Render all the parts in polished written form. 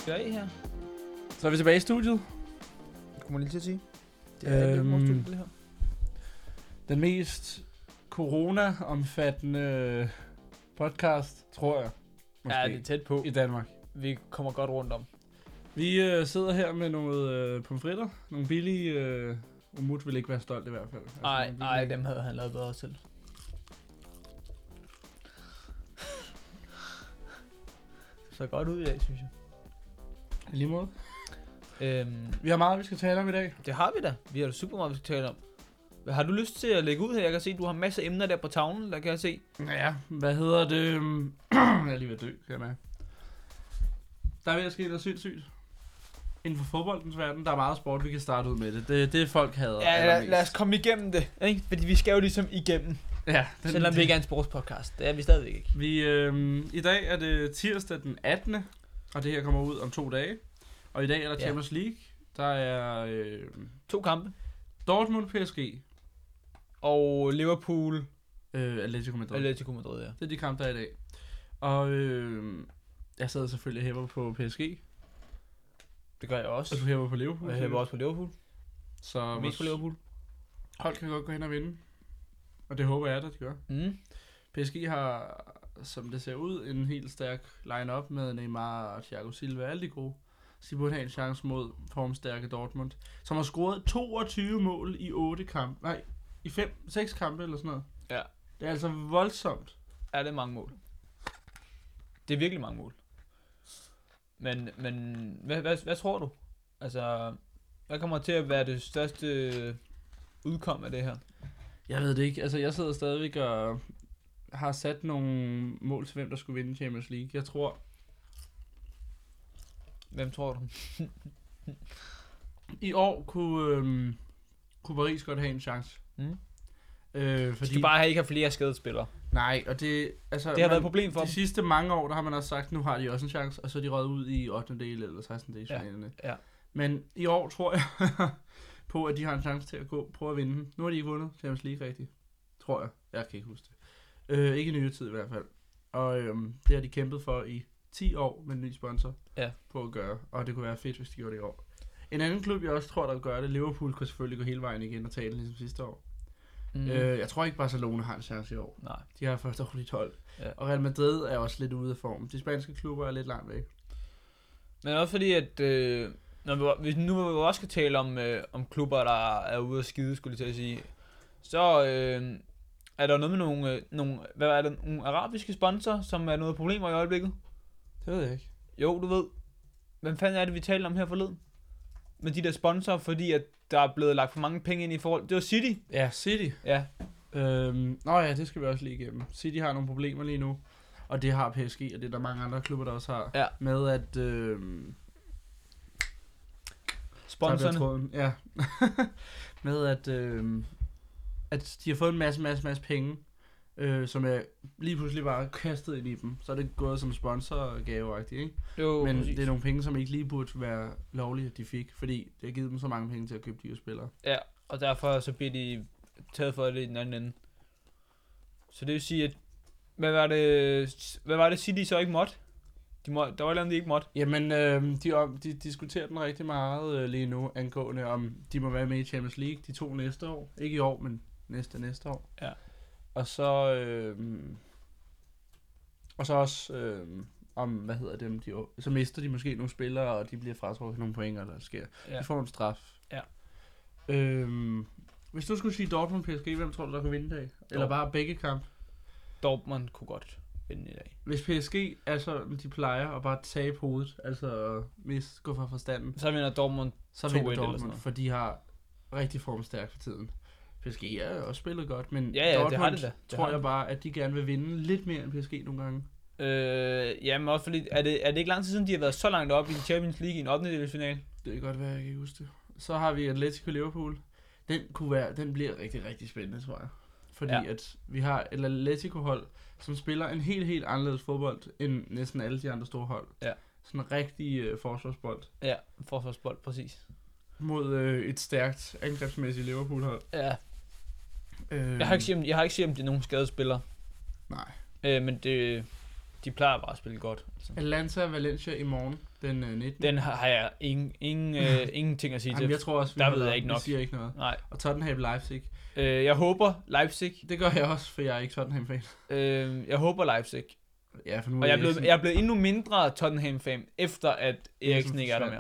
skal af her. Så er vi tilbage i studiet. Det kunne man lige til at sige. Det er lidt vores studie, det her. Den mest corona-omfattende podcast, tror jeg. Måske, Ja, det er tæt på. i Danmark. Vi kommer godt rundt om. Vi sidder her med noget pomfritter. Nogle billige... Umut vil ikke være stolt i hvert fald. Nej, dem havde han lavet bedre selv. Så godt ud i dag, synes jeg. I lige måde. Vi har meget, vi skal tale om i dag. Det har vi da. Vi har da super meget, vi skal tale om. Har du lyst til at lægge ud her? Jeg kan se, du har masser af emner der på tavlen, der kan jeg se. Ja, hvad hedder det? Jeg er lige ved at dø, kan jeg mærke. Der er ved at ske noget sindssygt. Inden for fodboldens verden, der er meget sport, vi kan starte ud med det. Det folk hader. Ja, lad os komme igennem det, ikke? Fordi vi skal jo ligesom igennem. Ja, selvom vi ikke er en sportspodcast. Det er vi stadigvæk ikke. I dag er det tirsdag den 18. Og det her kommer ud om 2 dage. Og i dag er der Champions League. Der er 2 kampe. Dortmund PSG. Og Liverpool. Atletico Madrid, ja. Det er de kampe, der er i dag. Og jeg sad selvfølgelig og hæpper på PSG. Det gør jeg også. Og du hæpper på Liverpool. Og jeg hæpper også på Liverpool. Så mest på Liverpool. Hold kan godt gå hen og vinde. Og det håber jeg, at de gør. PSG har, som det ser ud, en helt stærk line-up med Neymar og Thiago Silva. Alle de gode. Så de burde have en chance mod formstærke Dortmund, som har scoret 22 mål i 8 kampe. Nej, i 6 kampe eller sådan noget. Ja. Det er altså voldsomt. Ja, det er mange mål. Det er virkelig mange mål. Men hvad tror du? Altså, hvad kommer til at være det største udkom af det her? Jeg ved det ikke. Altså, jeg sidder stadigvæk og har sat nogle mål til, hvem der skulle vinde Champions League. Jeg tror... Hvem tror du? I år kunne Paris godt have en chance. Fordi de skal bare ikke have flere skadespillere. Nej, og det... Altså, det har været et problem for de sidste mange år, der har man også sagt, nu har de også en chance, og så er de røget ud i 8. del eller 16. del. Ja. Men i år tror jeg på, at de har en chance til at prøve at vinde. Nu har de ikke vundet Champions League rigtigt. Tror jeg. Jeg kan ikke huske det. Ikke i nyere tid i hvert fald. Og det har de kæmpet for i 10 år med en ny sponsor på at gøre. Og det kunne være fedt, hvis de gjorde det i år. En anden klub, jeg også tror, der gør det, Liverpool, kan selvfølgelig gå hele vejen igen og tage det ligesom sidste år. Jeg tror ikke, Barcelona har en chance i år. Nej. De har først dårligt 12. Ja. Og Real Madrid er også lidt ude af form. De spanske klubber er lidt langt væk. Men også fordi, at når vi nu også skal tale om klubber, der er ude at skide, skulle jeg til at sige, så er der noget med nogle arabiske sponsorer, som er noget problemer i øjeblikket. Det ved jeg ikke. Jo, du ved. Hvem fanden er det, vi talte om her forleden? Med de der sponsorer, fordi at der er blevet lagt for mange penge ind i forhold. Det var City. Ja, City. Ja. Nå ja, det skal vi også lige igennem. City har nogle problemer lige nu. Og det har PSG, og det er der mange andre klubber, der også har. Ja. Med at... sponsorerne. Ja. Med at de har fået en masse penge, som er lige pludselig bare kastet ind i dem. Så er det gået som sponsorgaveagtigt, ikke? Jo, men præcis. Det er nogle penge, som ikke lige burde være lovlige, at de fik, fordi det har givet dem så mange penge til at købe dyre spillere. Ja, og derfor så bliver de taget for det i den anden ende. Så det vil sige, at hvad var det City så ikke måtte? Der var et eller andet, de ikke måtte. Jamen, de diskuterer den rigtig meget lige nu, angående om de må være med i Champions League de 2 næste år. Ikke i år, men næste år. Ja. Og så også om, hvad hedder dem, så mister de måske nogle spillere, og de bliver fratrukket nogle point, og der sker. Ja. De får en straf. Ja. Hvis du skulle sige Dortmund PSG, hvem tror du, der kan vinde i dag? Eller bare begge kamp? Dortmund kunne godt vinde i dag. Hvis PSG er sådan, de plejer at bare tabe hovedet, altså gå fra forstanden, så vinder Dortmund 2-1 eller sådan noget. For de har rigtig formstærk for tiden. PSG er også spillet godt, men Dortmund det har det tror jeg bare, at de gerne vil vinde lidt mere end PSG nogle gange. Men også fordi, er det ikke lang tid siden, de har været så langt op i Champions League i en 8. delsfinal? Det kan godt være, jeg kan ikke huske det. Så har vi Atletico Liverpool. Den bliver rigtig, rigtig spændende, tror jeg. Fordi at vi har et Atletico-hold, som spiller en helt anderledes fodbold end næsten alle de andre store hold. Ja. Sådan en rigtig forsvarsbold. Ja, forsvarsbold, præcis. Mod et stærkt angrebsmæssigt Liverpool-hold. Ja. Jeg har ikke set, om det er nogen skadespillere. Nej. Men det de plejer bare at spille godt. Altså. Atalanta Valencia i morgen, den 19. Den har jeg ingenting at sige til. Jeg tror også, der ved jeg ikke nok. Vi siger ikke noget. Nej. Og Tottenham Leipzig. Jeg håber Leipzig. Det gør jeg også, for jeg er ikke Tottenham-fan. Jeg håber Leipzig. Ja, for nu og jeg er blevet endnu mindre Tottenham-fan, efter at Eriksen ikke er der mere.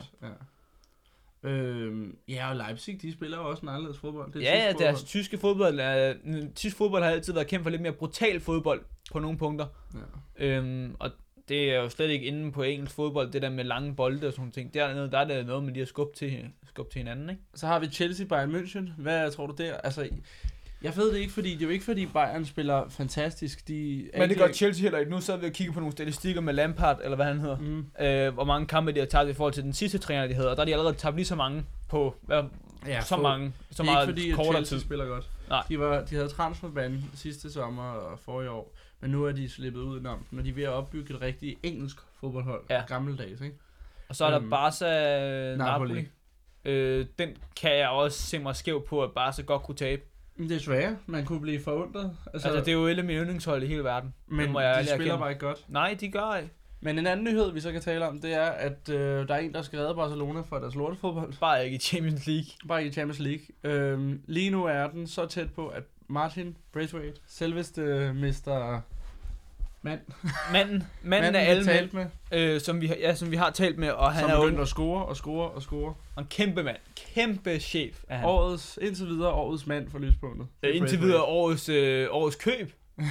Ja. Og Leipzig, de spiller jo også en anderledes fodbold. Deres tysk fodbold har altid været kendt for lidt mere brutal fodbold på nogle punkter. Ja. Og det er jo slet ikke inde på engelsk fodbold, det der med lange bolde og sådan ting. Der er det noget med de at skubbe til hinanden, ikke? Så har vi Chelsea Bayern München. Hvad tror du der? Altså, jeg ved det ikke, fordi det er jo ikke fordi Bayern spiller fantastisk. Men det gør Chelsea heller ikke. Nu så vi og kigge på nogle statistikker med Lampard, eller hvad han hedder. Hvor mange kampe de har tabt i forhold til den sidste træner, de havde. Og der har de allerede tabt lige så mange på så meget fordi kortere Chelsea tid. Spiller godt. Nej. De havde transferbanen sidste sommer og forrige år. Men nu er de slippet udenom. Men de er ved at opbygge et rigtigt engelsk fodboldhold. Ja. Gammeldags, ikke? Og så er der Barca Napoli. Den kan jeg også se mig skæv på, at Barca godt kunne tabe. Det er svært. Man kunne blive forundret. Altså det er jo et af mine yndlingshold i hele verden. Men de spiller bare ikke godt. Nej, de gør ikke. Men en anden nyhed, vi så kan tale om, det er, at der er en, der skal redde Barcelona fra deres lortefodbold. Bare ikke i Champions League. Bare ikke i Champions League. Lige nu er den så tæt på, at Martin Braithwaite, selveste Mr. Manden af alle med, som vi har talt med, og han er begyndt at score. Og en kæmpe mand, kæmpe chef er han. Indtil videre årets mand for lyspunktet. Indtil videre årets køb.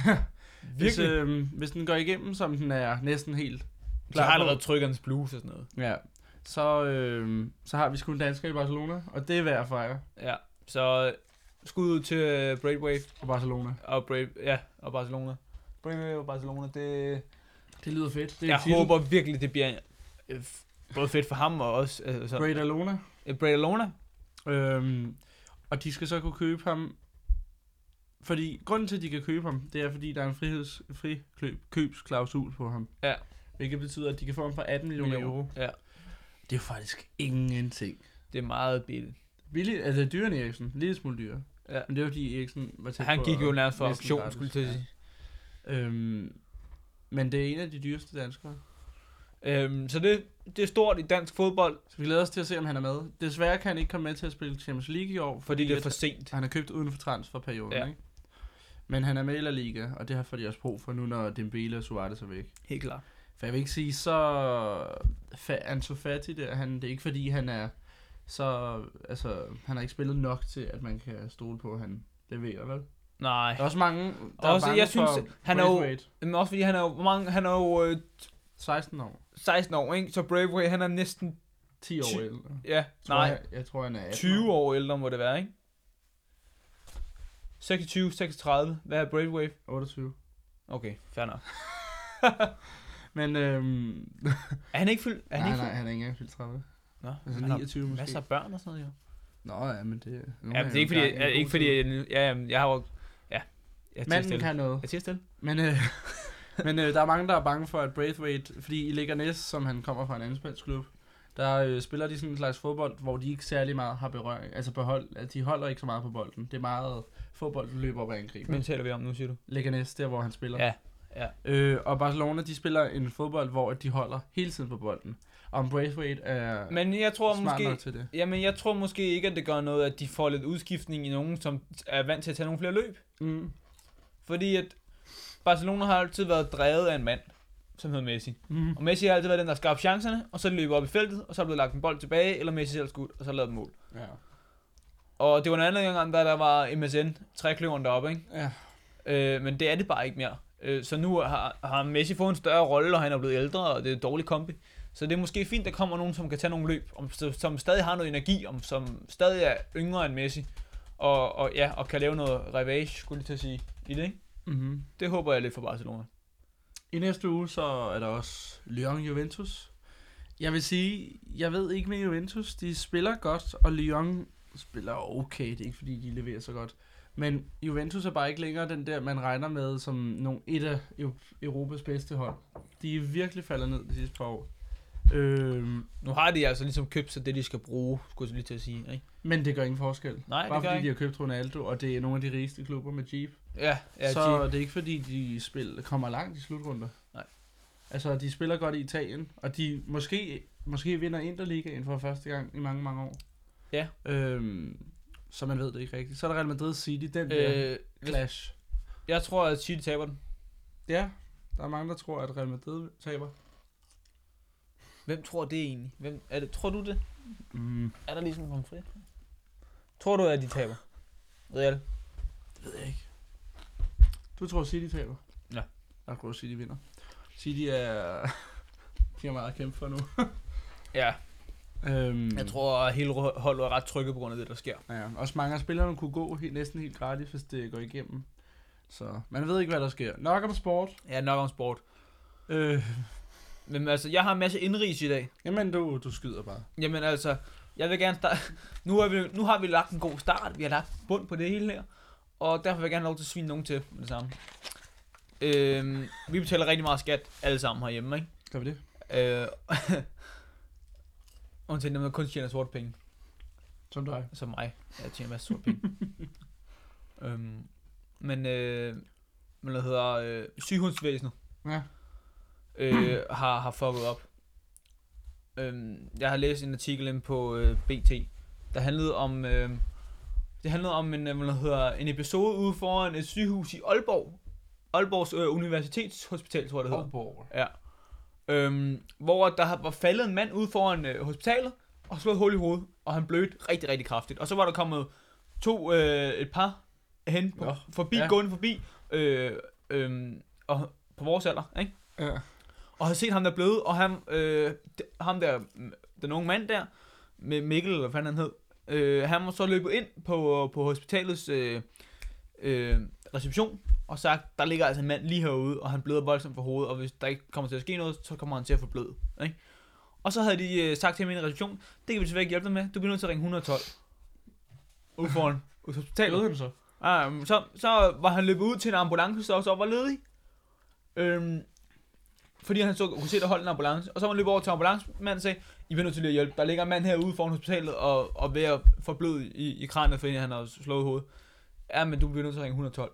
Hvis den går igennem, som den er næsten helt klar. Så har allerede trykket hans bluse og sådan noget. Ja. Så har vi sgu en dansker i Barcelona, og det er værd at fejre. Ja. Så skud ud til Braithwaite og Barcelona. Og Barcelona. Braithwaite og Barcelona, det lyder fedt. Jeg håber virkelig, det bliver både fedt for ham og også Braithwaite. Og de skal så kunne købe ham. Fordi grunden til, at de kan købe ham, det er, fordi der er en frikøbsklausul på ham. Ja. Hvilket betyder, at de kan få ham for 18 millioner euro. Ja. Det er jo faktisk ingenting. Det er meget billigt. Billigt? Altså, det er dyrere end Eriksen. Lidt smule dyrere. Ja. Men det er jo, fordi Eriksen var tæt på. Han gik jo nærmest for auktion, skulle jeg sige. Men det er en af de dyreste danskere. Så det er stort i dansk fodbold. Så vi glæder os til at se, om han er med. Desværre kan han ikke komme med til at spille Champions League i år. Fordi det er for sent. Han er købt uden for transferperioden, ikke? Men han er med i La Liga, og det har for de også brug for nu, når Dembele og Suarez er væk. Helt klart. For jeg vil ikke sige, så Ansu Fati der, det er ikke fordi, han er så... Altså, han har ikke spillet nok til, at man kan stole på, at han leverer, vel? Nej. Der er også mange, der også, er bange jeg synes, han er jo, men også fordi han er jo, hvor mange, han er jo 16 år. 16 år, ikke? Så Braithwaite, han er næsten 10 år ældre. Ja, jeg tror, han er 18 20 år ældre må det være, ikke? 26, 36. Hvad er Braithwaite? 28. Okay, fair nok. Men er han ikke fyldt? Nej, han er ikke engang fyldt 30. Nå, altså 29 måske. Masser af børn og sådan noget, jo. Nå, ja, men det... Ja, det er ikke fordi, jeg har jo... Ja, manden kan noget. Jeg siger stille. Men der er mange, der er bange for, at Braithwaite... Fordi i Leganes, som han kommer fra en anden spansk klub, der spiller de sådan en slags fodbold, hvor de ikke særlig meget har berøring. Altså de holder ikke så meget på bolden. Det er meget fodbold, du løber op ad angriben. Men taler vi om nu, siger du? Leganes, der hvor han spiller. Ja. Og Barcelona, de spiller en fodbold, hvor de holder hele tiden på bolden. Og Braithwaite er men jeg tror smart måske, nok til det. Jamen, jeg tror måske ikke, at det gør noget, at de får lidt udskiftning i nogen, som er vant til at tage nogle flere løb. Fordi at Barcelona har altid været drevet af en mand, som hedder Messi. Og Messi har altid været den, der skabte chancerne, og så løber op i feltet, og så er blevet lagt en bold tilbage, eller Messi selv skudt, og så lavet mål. Ja. Og det var en anden gang, da der var MSN, trækløveren deroppe, ikke? Ja. Men det er det bare ikke mere. Så nu har Messi fået en større rolle, og han er blevet ældre, og det er en dårlig kombi. Så det er måske fint, der kommer nogen, som kan tage nogle løb, som stadig har noget energi, som stadig er yngre end Messi, og kan lave noget revage, skulle jeg til at sige, i det, ikke? Mm-hmm. Det håber jeg lidt for Barcelona. I næste uge, så er der også Lyon-Juventus. Jeg vil sige, jeg ved ikke med Juventus, de spiller godt, og Lyon spiller okay, det er ikke fordi, de leverer så godt. Men Juventus er bare ikke længere den der, man regner med som et af Europas bedste hold. De er virkelig faldet ned de sidste par år. Nu har de altså ligesom købt sig det, de skal bruge, skulle jeg lige til at sige, ikke? Men det gør ingen forskel. Nej, bare det fordi de har købt Ronaldo, og det er nogle af de rigeste klubber med Jeep. Ja, så Jeep. det er ikke fordi, de kommer langt i slutrunder. Nej. Altså, de spiller godt i Italien, og de måske vinder Interligaen for første gang i mange, mange år. Ja. Så man ved det ikke rigtigt. Så er der Real Madrid City, den der clash. Jeg tror, at City taber den. Ja, der er mange, der tror, at Real Madrid taber. Hvem tror det egentlig? Tror du det? Er der ligesom en fri? Tror du, at de taber? Real? Det ved jeg ikke. Du tror, City taber? Ja. Jeg tror, City vinder. City er... de har meget at kæmpe for nu. Ja. Jeg tror, at hele holdet er ret trykket på grund af det, der sker. Ja, også mange af spillerne kunne gå næsten helt gratis, hvis det går igennem. Så man ved ikke, hvad der sker. Nok om sport. Ja, nok om sport. Men altså, jeg har en masse indrigs i dag. Jamen, du skyder bare. Jamen altså, jeg vil gerne starte... Nu har vi lagt en god start. Vi har lagt bund på det hele her. Og derfor vil jeg gerne have lov til at svine nogen til med det samme. Vi betaler rigtig meget skat alle sammen herhjemme, ikke? Gør vi det? Undtagen dem, der kun tjener sorte penge. Som dig. Som mig. Jeg tjener masser sorte penge. Men hvad hedder sygehusvæsenet har fucket op. Jeg har læst en artikel inde på BT, der handlede om en episode ude foran et sygehus i Aalborg. Aalborgs Universitetshospital, tror jeg det hedder. Aalborg. Ja. Hvor der var faldet en mand ude foran hospitalet og slået hul i hovedet, og han blødte rigtig, rigtig kraftigt. Og så var der kommet et par hen gående forbi og på vores alder, ikke? Ja. Og havde set ham der bløde, og ham der, den unge mand der, med Mikkel, eller hvad fanden han hed, han var så løbet ind på hospitalets reception, og sagt, der ligger altså en mand lige herude, og han bløder voldsomt for hovedet, og hvis der ikke kommer til at ske noget, så kommer han til at forbløde, ikke? Og så havde de sagt til ham i en reception, det kan vi desværre ikke hjælpe dig med, du bliver nødt til at ringe 112. Ude foran hospitalet. Så var han løbet ud til en ambulance, der også var ledig. Fordi han kunne se, der holdt en ambulance. Og så var han løbet over til ambulancemanden og sagde, I bliver nødt til at hjælpe. Der ligger en mand herude foran hospitalet og ved at forbløde i kranet, fordi han har slået hovedet. Ja, men du bliver nødt til at ringe 112.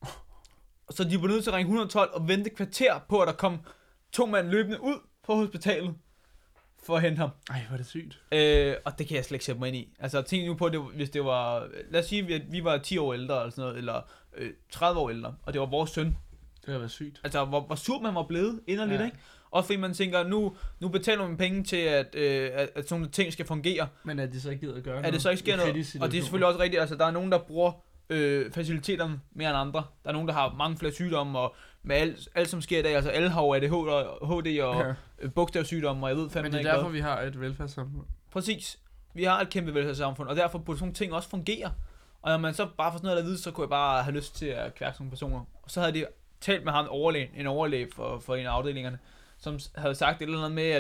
Så de blev nødt til at ringe 112 og vente kvarter på, at der kom 2 mænd løbende ud på hospitalet for at hente ham. Ej, hvor er det sygt. Og det kan jeg slet ikke sætte mig ind i. Altså tænk nu på, hvis det var, lad os sige, at vi var 10 år ældre eller sådan noget, eller 30 år ældre, og det var vores søn. Det har været sygt. Altså hvor sur man var blevet inderligt, ikke? Og fordi man tænker, nu betaler man penge til, at sådan nogle ting skal fungere. Men at det så ikke gider at gøre noget. At det så ikke sker noget. Og det er selvfølgelig også rigtigt, altså der er nogen, der bruger faciliteterne mere end andre. Der er nogen, der har mange flere sygdomme, og med alt som sker i dag, altså alle har jo ADHD og bogstavssygdomme, og jeg ved fandme ikke. Men det er derfor, vi har et velfærdssamfund. Præcis. Vi har et kæmpe velfærdssamfund, og derfor burde sådan nogle ting også fungere. Og når man så bare får sådan noget at vide, så kunne jeg bare have lyst til at kværke nogle personer. Og så havde de talt med ham, en overlæge for en af afdelingerne, som havde sagt et eller andet med,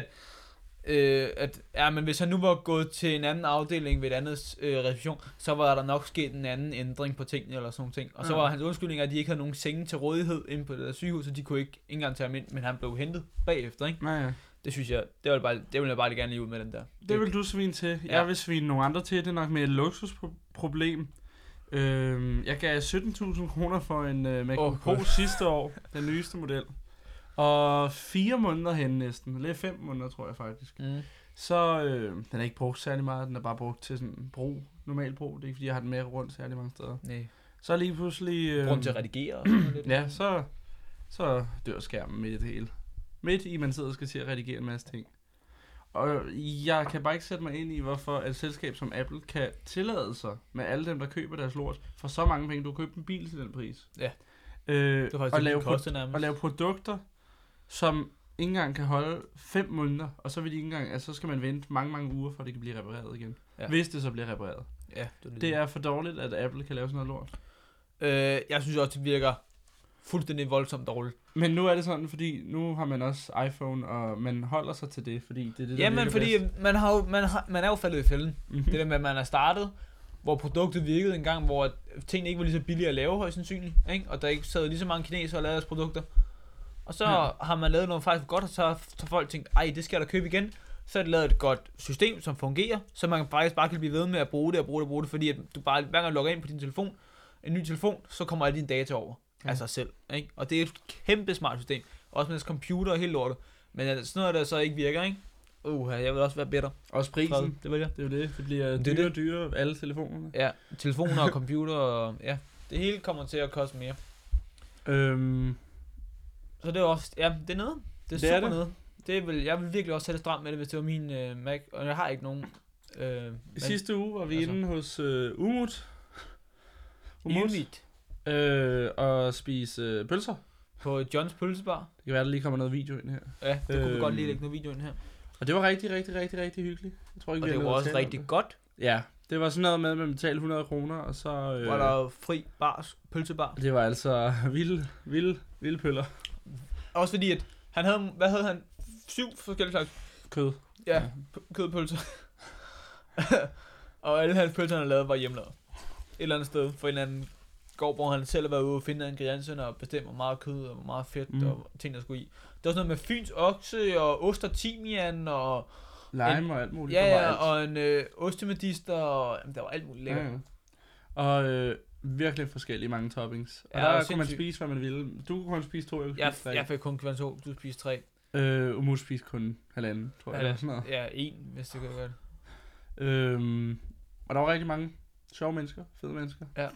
men hvis han nu var gået til en anden afdeling ved et andet reception, så var der nok sket en anden ændring på tingene eller sådan nogle ting. Og så var hans undskyldning, at de ikke havde nogen senge til rådighed inde på det der sygehus, så de kunne ikke engang tage ham ind, men han blev hentet bagefter, ikke? Nej. Det synes jeg, det vil jeg bare gerne lige ud med den der. Det vil du svine til. Ja. Jeg vil svine nogle andre til. Det er nok med et luksusproblem. Jeg gav 17.000 kroner for en MacBook Pro sidste år, den nyeste model. Og 4 måneder hen næsten, eller 5 måneder tror jeg faktisk. Så den er ikke brugt særlig meget, den er bare brugt til sådan normal brug. Det er ikke fordi jeg har den med rundt særlig mange steder. Nej. Så lige pludselig... Rundt til at redigere og sådan lidt. Ja, så dør skærmen midt i det hele. Midt i man sidder og skal til at redigere en masse ting. Og jeg kan bare ikke sætte mig ind i, hvorfor et selskab som Apple kan tillade sig med alle dem, der køber deres lort, for så mange penge. Du kan købe en bil til den pris. Ja. Og lave produkter, som ikke engang kan holde 5 måneder, og så vil de ikke engang, altså, så skal man vente mange, mange uger, for det kan blive repareret igen. Ja. Hvis det så bliver repareret. Ja, det er for dårligt, at Apple kan lave sådan noget lort. Jeg synes også, det virker fuldstændig voldsomt dårligt. Men nu er det sådan, fordi nu har man også iPhone, og man holder sig til det, fordi det er det, der jamen, fordi man er jo faldet i fælden. Det der med, at man er startet, hvor produktet virkede en gang, hvor tingene ikke var lige så billige at lave, højst sandsynligt, ikke? Og der ikke sad lige så mange kinesere og lavede deres produkter. Og så har man lavet noget faktisk godt, og så har folk tænkt, ej, det skal jeg da købe igen. Så er det lavet et godt system, som fungerer, så man faktisk bare kan blive ved med at bruge det, fordi at du bare, hver gang du logger ind på din telefon, en ny telefon, så kommer alle dine data over af sig selv, ikke? Og det er et kæmpe smart system. Også med deres computer og helt lortet. Men sådan noget, der så ikke virker, ikke? Jeg vil også være bedre. Også prisen. Det var det. Det er jo det. Det bliver Det er dyrere og dyrere, alle telefonerne. Ja, telefoner og computer og ja, det hele kommer til at koste mere. Så det er også, ja, det er noget. Det er super noget. Jeg vil virkelig også sætte stram med det, hvis det var min Mac, og jeg har ikke nogen. I sidste uge var vi inde hos Umut. Og spise pølser. På Johns pølsebar. Det kan være, der lige kommer noget video ind her. Ja, det kunne vi godt lige lægge noget video ind her. Og det var rigtig hyggeligt. Jeg tror ikke, og det var også rigtig godt. Ja, det var sådan noget med, at man betalte 100 kroner, og så... var der fri pølsebar. Det var altså vilde pøller. Også fordi, at han havde, hvad havde han? 7 forskellige slags kød. Ja, kødpølser. Og alle hans pølser, han havde lavet, var hjemmelavet. Et eller andet sted for en eller anden gård, hvor han selv har været ude og finde ingredienserne og bestemme, hvor meget kød og hvor meget fedt og ting, der skulle i. Det var sådan noget med fyns okse og ost og timian og... lime og alt muligt. Ja, og en ostemedister og... Jamen, der var alt muligt lækkert. Ja. Og virkelig forskellige mange toppings. Og der kunne man spise, hvad man ville. Du kunne kun spise 2, jeg fik kun 2, du spiste 3. Umus spiste kun 1,5, tror jeg. Sådan noget. Ja, 1, hvis det kan godt. Og der var rigtig mange sjove mennesker, fede mennesker. Ja.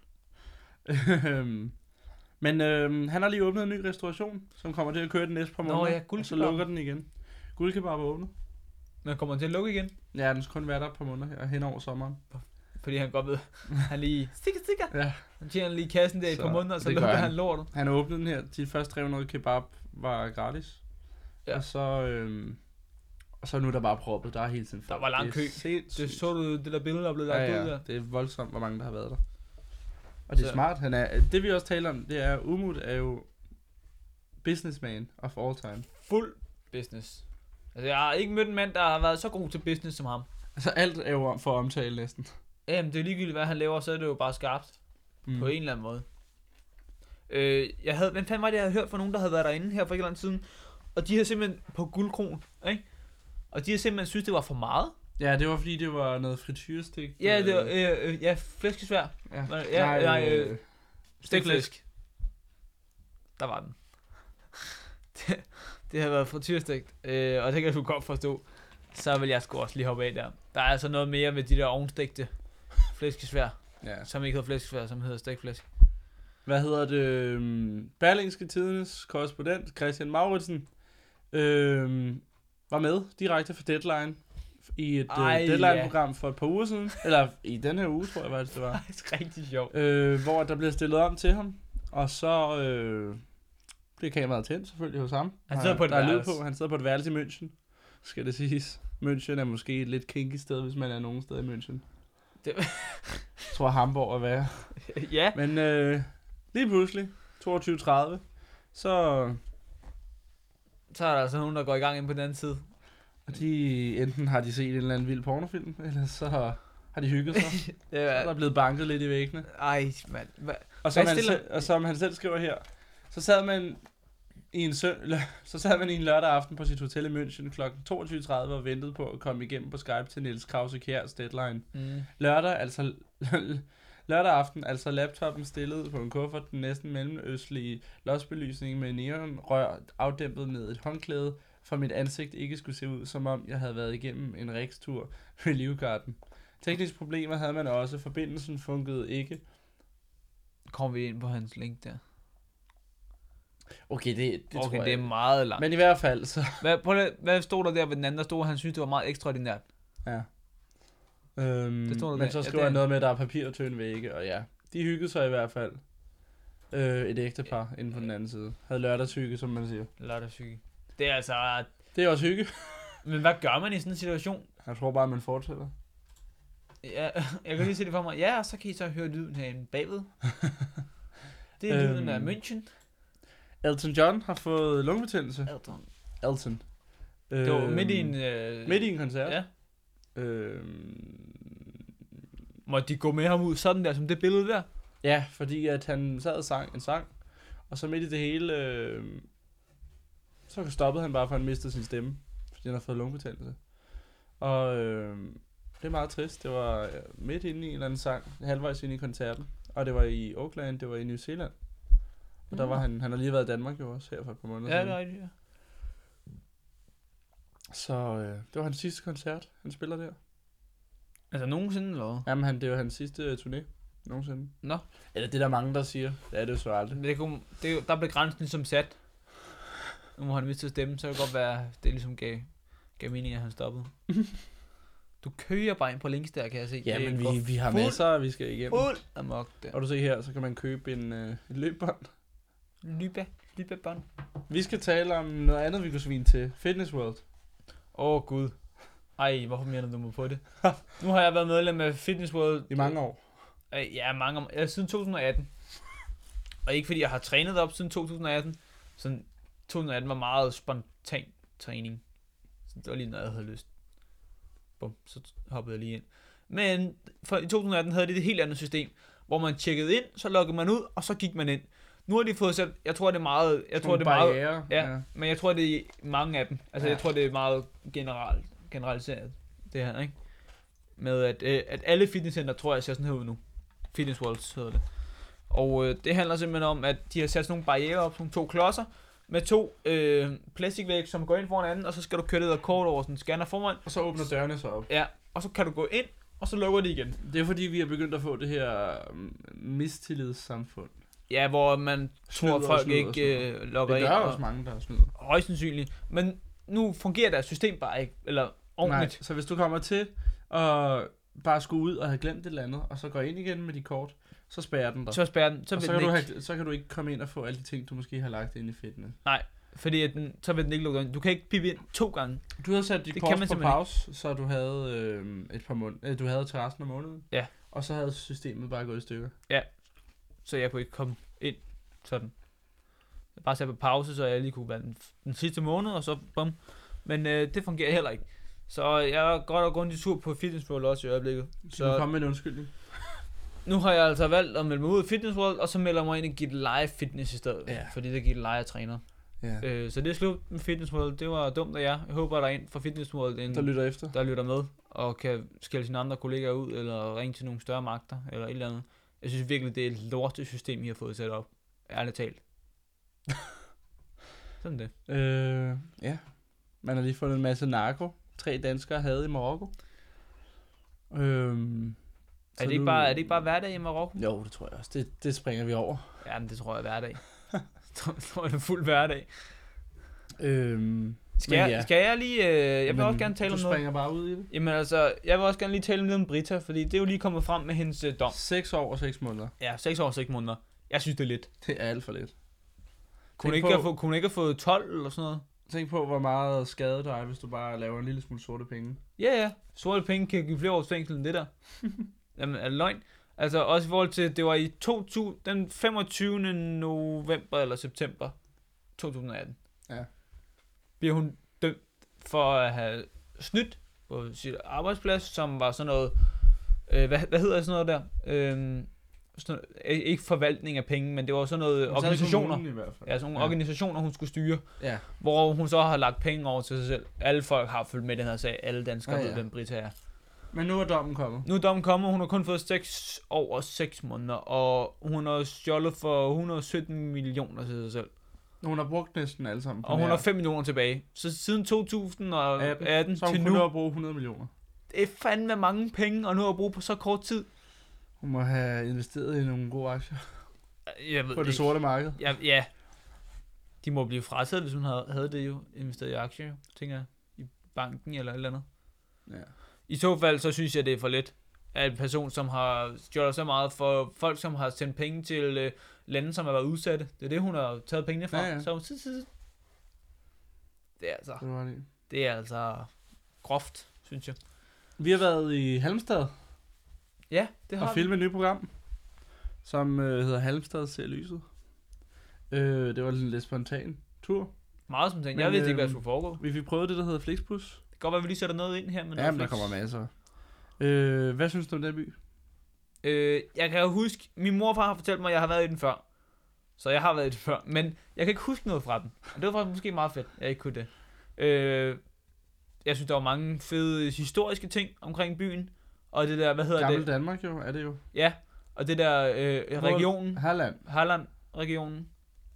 Men han har lige åbnet en ny restauration, som kommer til at køre den næste par måneder. Ja, og så lukker den igen. Guldkebab er åbnet. Men kommer den til at lukke igen? Ja, den skal kun være der et par måneder her, hen over sommeren. Fordi han godt ved, han lige stikker. Ja. Han tjener lige kassen der i et par måneder, så lukker han lortet. Han åbnede den her. De første 300 kebab var gratis. Ja. Og så nu er der bare proppet. Der er hele tiden. Der var lang kø. Det så du det der billede, der blev lagt ud der. Det er voldsomt, hvor mange der har været der. Og det er smart. Det vi også taler om, det er, Umut er jo businessman of all time. Fuld business. Altså jeg har ikke mødt en mand, der har været så god til business som ham. Altså alt er jo for at omtale næsten. Jamen det er ligegyldigt hvad han laver, så er det jo bare skarpt. På en eller anden måde. Hvem fanden var det, jeg havde hørt fra nogen, der havde været derinde her for ikke lang tid siden. Og de havde simpelthen på Guldkron, ikke? Og de havde simpelthen synes det var for meget. Ja, det var fordi det var noget frityrestik. Ja, det var flæskesvær. Stikflæsk. Der var den. det havde været frityrestegt, og det kan du godt forstå. Så vil jeg sgu også lige hoppe af der. Der er altså noget mere med de der ovnstegte flæskesvær, som ikke hedder flæskesvær, som hedder stegflæsk. Hvad hedder det? Berlingske Tidendes korrespondent Christian Mauritsen var med direkte fra Deadline i et Deadline-program for et par uger siden. Eller i den her uge, tror jeg faktisk, det var. Det er rigtig sjovt. Hvor der blev stillet om til ham. Og så blev kameraet tændt selvfølgelig hos ham. Han sidder på et værelse. Han sidder på et værelse i München, skal det siges. München er måske et lidt kinky sted, hvis man er nogen sted i München. Jeg tror Hamburg er værre. Ja. Men lige pludselig, 22:30, så er der altså nogen, der går i gang ind på den anden side. Og enten har de set en eller anden vild pornofilm, eller så har de hygget sig. Så er der blevet banket lidt i væggene. Ej, mand. Og som han selv skriver her, så sad man i en lørdag aften på sit hotel i München kl. 22:30 og ventede på at komme igennem på Skype til Niels Krause-Kjærs Deadline. Lørdag aften, altså laptopen stillet på en kuffert, den næsten mellemøstlige losbelysning med neonrør afdæmpet med et håndklæde, for mit ansigt ikke skulle se ud, som om jeg havde været igennem en rikstur ved Livgarden. Tekniske problemer havde man også, forbindelsen fungerede ikke. Kommer vi ind på hans link der? Okay, det tror jeg. Det er meget langt. Men i hvert fald, så... Hvad stod der ved den anden? Der stod, han synes, det var meget ekstraordinært. Ja. Men så skriver han noget med, at der er papir og tynde vægge, og ja. De hyggede sig i hvert fald. Et ægtepar inden på den anden side. Havde lørdagshygge, som man siger. Lørdagshygge. Det er altså... Det er også hygge. Men hvad gør man i sådan en situation? Jeg tror bare, man fortsætter. Ja, jeg kan lige se det for mig. Ja, så kan I så høre lyden herinde bagved. Det er lyden af München. Elton John har fået lungebetændelse. Elton. Det var midt i en koncert. Ja. Måtte de gå med ham ud sådan der, som det billede der? Ja, fordi at han sad og sang en sang, og så midt i det hele, så stoppede han bare, for han mistede sin stemme, fordi han har fået lungebetændelse. Og det er meget trist. Det var midt inde i en eller anden sang, halvvejs inde i koncerten, og det var i Auckland, det var i New Zealand. Og der var han har lige været i Danmark jo også her for et par måneder Ja, siden. det er rigtigt, ja. Så det var hans sidste koncert, han spiller der. Altså nogensinde, eller hvad? Jamen, det var hans sidste turné nogensinde. Nå. Eller det er der mange, der siger. Det er det jo så aldrig. Der blev grænsen ligesom sat. Nu må han vist til stemme, så kan det godt være, det ligesom gav mening, at han stoppede. Du kører bare ind på links der, kan jeg se. Ja, Det men går vi har masser, vi skal igennem. fuld amok der. Og du ser her, så kan man købe et løbbånd. Lybebånd. Vi skal tale om noget andet, vi kunne svine til. Fitness World. Gud. Ej, hvorfor mener du mig på det? Nu har jeg været medlem af Fitness World. I mange år. Ja, mange år. Siden 2018. Og ikke fordi jeg har trænet op siden 2018. Sådan 2018 var meget spontan træning. Så det var lige noget, jeg havde lyst. Bum, så hoppede jeg lige ind. Men i 2018 havde de det helt andet system, hvor man tjekkede ind, så loggede man ud, og så gik man ind. Nu har de fået sat, jeg tror det er meget, ja, men jeg tror det er mange af dem. Altså jeg tror det er meget generaliseret det her, ikke? Med at alle fitnesscenter tror jeg ser sådan her ud nu. Fitness World hedder det. Og det handler simpelthen om, at de har sat sådan nogle barrierer op, sådan 2 klodser, med 2 plastikvæg, som går ind foran anden, og så skal du køre det der kort over sådan en scanner foran. Og så åbner dørene så op. Ja, og så kan du gå ind, og så lukker de igen. Det er fordi, vi har begyndt at få det her mistillidssamfund. Ja, hvor man tror, folk ikke logger ind. Det gør også mange, der snyder. Højst sandsynligt. Men nu fungerer deres system bare ikke, eller ordentligt. Nej, så hvis du kommer til at bare skulle ud og have glemt et eller andet, og så går ind igen med de kort, så spærrer den dig. Så spærrer den, så kan du ikke komme ind og få alle de ting, du måske har lagt ind i fitness. Nej, fordi så vil den ikke lukke ind. Du kan ikke pippe ind 2 gange. Du havde sat dit kort på pause, så du havde et par måneder, du havde til resten af måneden. Ja. Og så havde systemet bare gået i stykker. Ja, så jeg kunne ikke komme ind sådan. Jeg bare satte på pause, så jeg lige kunne være den sidste måned, og så bum. Men det fungerer heller ikke. Så jeg er godt og grundigt sur på Fitness World også i øjeblikket. Så du komme med en undskyldning? Nu har jeg altså valgt at melde mig ud af Fitness World, og så melder mig ind i Git Live Fitness i stedet. Ja. Fordi det Git Live er træner. Ja. Så det er slut med Fitness World. Det var dumt af jer. Jeg håber, der er en fra Fitness World, der lytter med, og kan skælde sine andre kollegaer ud, eller ringe til nogle større magter, eller et eller andet. Jeg synes virkelig, det er et lortet system, I har fået sat op. Ærligt talt. Sådan det. Ja. Man har lige fundet en masse narko. 3 danskere havde i Marokko. Er det ikke bare hverdag i Marokko? Jo, det tror jeg også. Det springer vi over. Ja, men det tror jeg er hverdag. Jeg tror, det er fuld hverdag. Skal jeg lige... jeg vil også gerne tale om noget. Du springer bare ud i det? Jamen altså, jeg vil også gerne lige tale om Britta, fordi det er jo lige kommet frem med hendes dom. 6 år og 6 måneder. Ja, 6 år og 6 måneder. Jeg synes, det er lidt. Det er alt for lidt. Kunne hun ikke have fået 12 eller sådan noget? Tænk på, hvor meget skade der er, hvis du bare laver en lille smule sorte penge. Ja. Sorte penge kan give flere års fængsel end det der. Jamen, er det løgn? Altså, også i forhold til, det var i den 25. november eller september 2018. Ja. Bliver hun dømt for at have snydt på sit arbejdsplads, som var sådan noget... hvad hedder sådan noget der? Sådan, ikke forvaltning af penge, men det var sådan noget organisationer. I hvert fald. Ja, sådan nogle organisationer, hun skulle styre. Ja. Hvor hun så har lagt penge over til sig selv. Alle folk har fulgt med den her sag. Alle danskere ved, hvem Britta er. Men nu er dommen kommet. Hun har kun fået 6 år og 6 måneder, og hun har stjålet for 117 millioner til sig selv. Hun har brugt næsten alle sammen. Og hun har 5 millioner tilbage. Så siden 2018 så til nu... Så hun at bruge 100 millioner. Det er fandme mange penge, og nu har brugt på så kort tid. Hun må have investeret i nogle gode aktier. Jeg ved på det sorte marked. Ja. De må blive frataget, hvis hun havde det jo investeret i aktier, jo, tænker jeg. I banken eller et eller andet. Ja. I så fald, så synes jeg, det er for let. At en person, som har stjålet så meget for folk, som har sendt penge til lande, som har været udsatte. Det er det, hun har taget pengene fra. Ja. Så det er altså groft, synes jeg. Vi har været i Halmstad. Ja, det har vi. Og filmet et nyt program, som hedder Halmstad ser lyset. Det var en lidt spontan tur. Meget spontan. Jeg ved ikke, hvad der skulle foregå. Vi fik prøvet det, der hedder Flixbus. Det kan godt være, at vi lige sætter noget ind her. Ja, men der kommer masser. Hvad synes du om den by? Jeg kan jo huske, min morfar har fortalt mig, at jeg har været i den før. Så jeg har været i den før. Men jeg kan ikke huske noget fra den. Og det var faktisk måske meget fedt, at jeg ikke kunne det. Jeg synes, der var mange fede historiske ting omkring byen. Og det der, hvad hedder Gammel det? Danmark jo, er det jo. Ja, og det der regionen. Halland. Halland-regionen.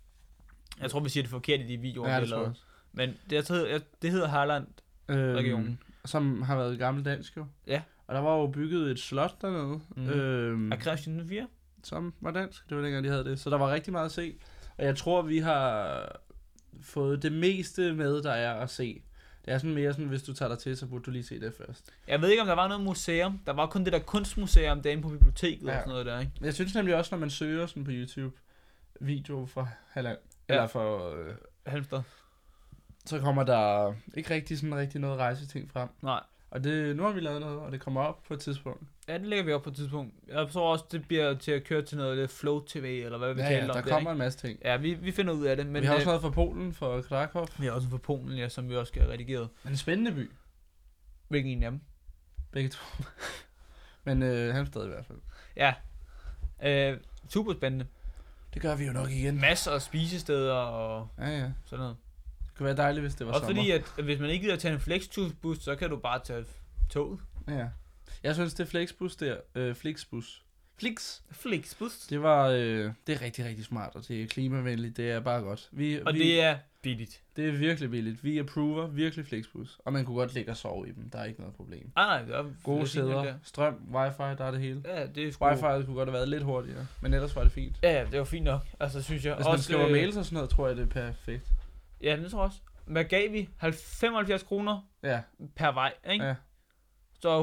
Jeg tror, vi siger det forkert i de videoer, Ja, vi det har tror jeg lavet. også. Men det hedder Harland-regionen. Som har været gammeldansk jo. Ja. Og der var jo bygget et slot dernede. Af Christian 4? Som var dansk. Det var dengang, de havde det. Så der var rigtig meget at se. Og jeg tror, vi har fået det meste med, der er at se. Det er sådan mere sådan, hvis du tager dig til, så burde du lige se det først. Jeg ved ikke, om der var noget museum. Der var kun det der kunstmuseum derinde på biblioteket og sådan noget der, ikke? Jeg synes nemlig også, når man søger sådan på YouTube video fra Halland, eller fra Halmstad. så kommer der ikke rigtig noget rejseting frem. Nej. Og nu har vi lavet noget, og det kommer op på et tidspunkt. Ja, det lægger vi op på et tidspunkt. Jeg tror også, det bliver til at køre til noget Flow TV, eller hvad vi taler om der kommer en masse ting. Ja, vi finder ud af det. Men vi har også noget fra Polen, fra Krakow. Vi har også fra Polen, ja, som vi også skal have redigeret. Men en spændende by. Hvilken en af dem? Begge to. Men Halmstad i hvert fald. Ja. Super spændende. Det gør vi jo nok igen. Masser af spisesteder og Ja. sådan noget. Det kunne være dejligt, hvis det var også sommer. fordi, at hvis man ikke gider at tage en Flexbus, så kan du bare tage toget. Ja. Jeg synes, det Flexbus der, Flixbus. Flixbus. Det er rigtig, rigtig smart, og det er klimavenligt. Det er bare godt. Det er billigt. Det er virkelig billigt. Vi approver virkelig Flixbus. Og man kunne godt ligge og sove i dem. Der er ikke noget problem. Nej, det er gode sæder, strøm, wifi, der er det hele. Ja, det er Wifi'et kunne godt have været lidt hurtigere, men ellers var det fint. Ja, det var fint nok, altså synes jeg. Hvis man skriver mails og sådan noget, tror jeg, det er perfekt. Ja, det tror jeg også. Hvad gav vi? 75 kroner per vej, ikke? Ja. Så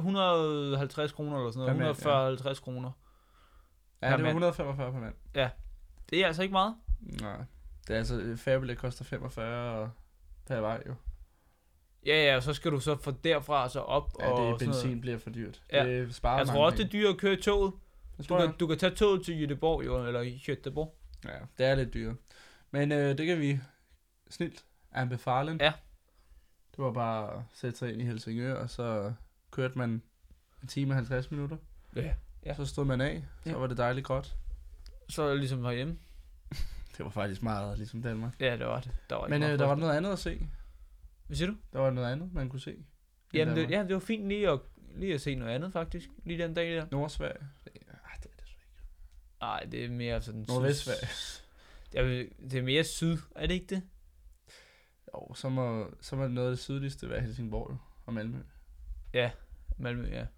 150 kroner eller sådan noget. 140-50 kroner. Ja, det var 145 per mand. Ja. Det er altså ikke meget. Nej. Det er altså, færgebillet koster 45 per vej jo. Ja, og så skal du så fra derfra så op. Ja, og benzin bliver for dyrt. Ja. Det sparer jeg tror også, det er dyrt at køre i toget. Du kan tage toget til Göteborg jo, eller Göteborg. Ja, det er lidt dyrt. Men det kan vi snilt anbefale. Ja. Det var bare at sætte sig ind i Helsingør, og så kørte man 1 time og 50 minutter. Ja. Så stod man af, så var det dejligt godt. Så ligesom herhjemme. Det var faktisk meget ligesom Danmark. Ja, det var det. Men der var noget andet at se. Hvad siger du? Der var noget andet, man kunne se. Jamen, det var fint lige at se noget andet, faktisk. Lige den dag der. Nordsverige. Det er det så ikke. Nej, det er mere sådan... Nordvestsverige. Det er mere syd, er det ikke det? Jo, så må det noget af det sydligste være Helsingborg og Malmø. Ja, Malmø, ja.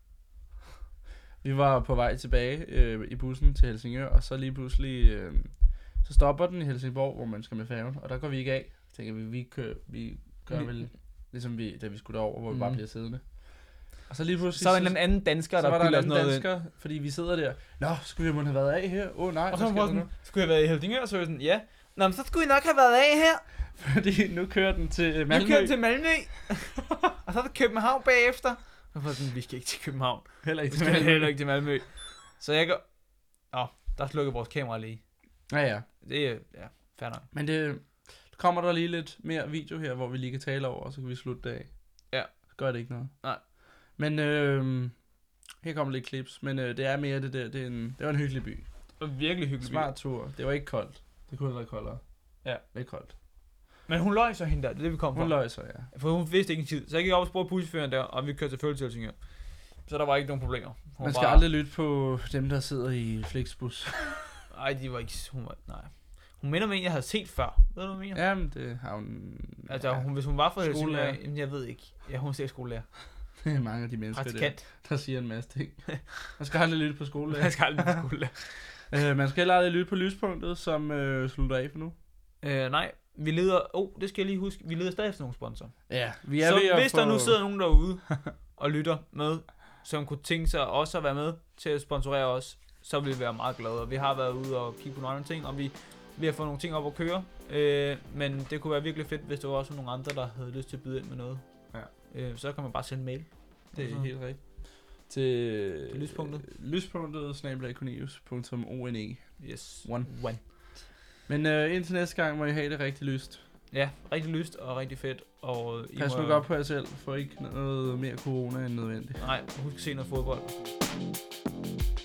Vi var på vej tilbage i bussen til Helsingør, og så lige pludselig, så stopper den i Helsingborg, hvor man skal med færgen, og der går vi ikke af. Så tænker vi gør vel, ligesom da vi skulle derover, hvor vi bare bliver siddende. Og så lige pludselig... Så var der en anden dansker, der var der en anden dansker, fordi vi sidder der. Nå, skulle vi måtte have været af her? Nej, og så var sådan, skulle jeg have været i Helsingør? Så var sådan, ja. Nå, men så skulle I nok have været af her. Fordi nu kører den til Malmø. Nu kører den til Malmø. Og så er der København bagefter. Og så sådan, vi skal ikke til København. Heller ikke til Malmø. Så jeg går... der slukker vores kamera lige. Ja. Det er, fair nok. Men det kommer der lige lidt mere video her, hvor vi lige kan tale over, og så kan vi slutte det af. Ja. Så gør det ikke noget. Nej. Men her kommer lidt clips, men det er mere det der. Det var en hyggelig by. Det var en virkelig hyggelig Smart tur. Det var ikke koldt. Det kunne have været koldere. Ja. Ikke koldt. Men hun løg så hende der, det er det vi kom fra. Hun løg så, ja. For hun vidste ikke en tid. Så jeg gik op og spurgte buschaufføren der, og vi kørte selvfølgelig til Helsingør. Så der var ikke nogen problemer. Man skal aldrig lytte på dem, der sidder i Flixbus. Nej, de var ikke... Nej. Hun minder mig en, jeg havde set før. Ved du, hvad jeg mener? Jamen, det har hun... Altså, hvis hun var fra Helsingør, jeg ved ikke. Ja, hun er sikkert skolelærer. Det er mange af de mennesker der siger en masse ting. Man skal aldrig lytte på skolelærer. Man skal aldrig lytte på skolelærer. Man skal heller aldrig lytte på lyspunktet, som slutter af for nu. Nej, vi leder... det skal jeg lige huske. Vi leder stadig efter nogle sponsorer. Ja, vi er så ved hvis der nu sidder nogen derude og lytter med, som kunne tænke sig også at være med til at sponsorere os, så vil vi være meget glade. Vi har været ude og kigge på nogle andre ting, og vi har fået nogle ting op at køre. Men det kunne være virkelig fedt, hvis der var også nogle andre, der havde lyst til at byde ind med noget. Ja. Så kan man bare sende mail. Det er helt rigtigt. Til lyspunktet. Lyspunktet@cornelius.one. Yes. One. Men indtil næste gang må I have det rigtig lyst. Ja, rigtig lyst og rigtig fedt. Og pas nu godt på jer selv, for ikke noget mere corona end nødvendigt. Nej, husk at se noget fodbold.